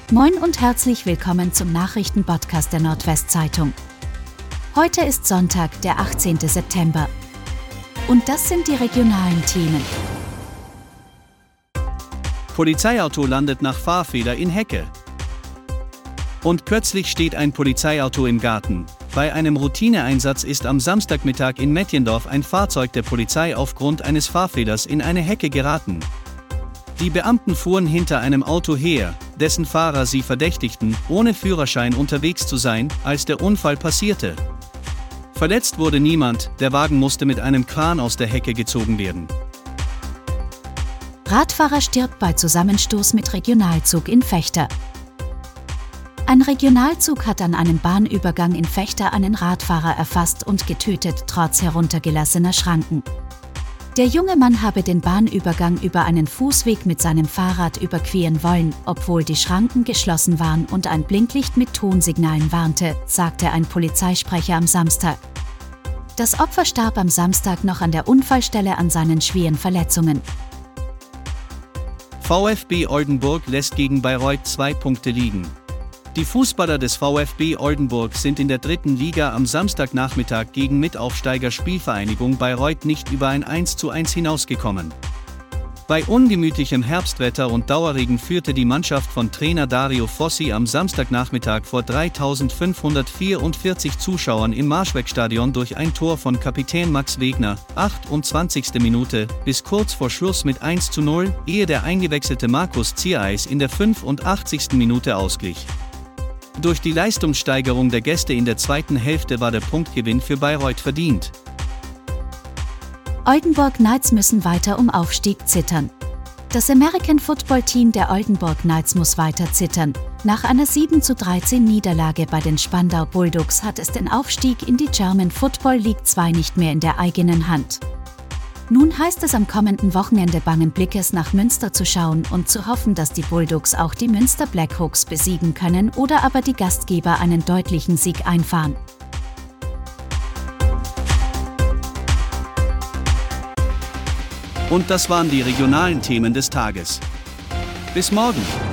Moin und herzlich willkommen zum Nachrichtenpodcast der Nordwestzeitung. Heute ist Sonntag, der 18. September. Und das sind die regionalen Themen. Polizeiauto landet nach Fahrfehler in Hecke. Und plötzlich steht ein Polizeiauto im Garten. Bei einem Routineeinsatz ist am Samstagmittag in Mettjendorf ein Fahrzeug der Polizei aufgrund eines Fahrfehlers in eine Hecke geraten. Die Beamten fuhren hinter einem Auto her, dessen Fahrer sie verdächtigten, ohne Führerschein unterwegs zu sein, als der Unfall passierte. Verletzt wurde niemand, der Wagen musste mit einem Kran aus der Hecke gezogen werden. Radfahrer stirbt bei Zusammenstoß mit Regionalzug in Vechta. Ein Regionalzug hat an einem Bahnübergang in Vechta einen Radfahrer erfasst und getötet, trotz heruntergelassener Schranken. Der junge Mann habe den Bahnübergang über einen Fußweg mit seinem Fahrrad überqueren wollen, obwohl die Schranken geschlossen waren und ein Blinklicht mit Tonsignalen warnte, sagte ein Polizeisprecher am Samstag. Das Opfer starb am Samstag noch an der Unfallstelle an seinen schweren Verletzungen. VfB Oldenburg lässt gegen Bayreuth 2 Punkte liegen. Die Fußballer des VfB Oldenburg sind in der 3. Liga am Samstagnachmittag gegen Mitaufsteiger Spielvereinigung Bayreuth nicht über ein 1:1 hinausgekommen. Bei ungemütlichem Herbstwetter und Dauerregen führte die Mannschaft von Trainer Dario Fossi am Samstagnachmittag vor 3.544 Zuschauern im Marschwegstadion durch ein Tor von Kapitän Max Wegner, 28. Minute, bis kurz vor Schluss mit 1:0, ehe der eingewechselte Markus Ziereis in der 85. Minute ausglich. Durch die Leistungssteigerung der Gäste in der zweiten Hälfte war der Punktgewinn für Bayreuth verdient. Oldenburg Knights müssen weiter um Aufstieg zittern. Das American Football Team der Oldenburg Knights muss weiter zittern. Nach einer 7:13 Niederlage bei den Spandau Bulldogs hat es den Aufstieg in die German Football League 2 nicht mehr in der eigenen Hand. Nun heißt es am kommenden Wochenende bangen Blickes nach Münster zu schauen und zu hoffen, dass die Bulldogs auch die Münster Blackhawks besiegen können oder aber die Gastgeber einen deutlichen Sieg einfahren. Und das waren die regionalen Themen des Tages. Bis morgen!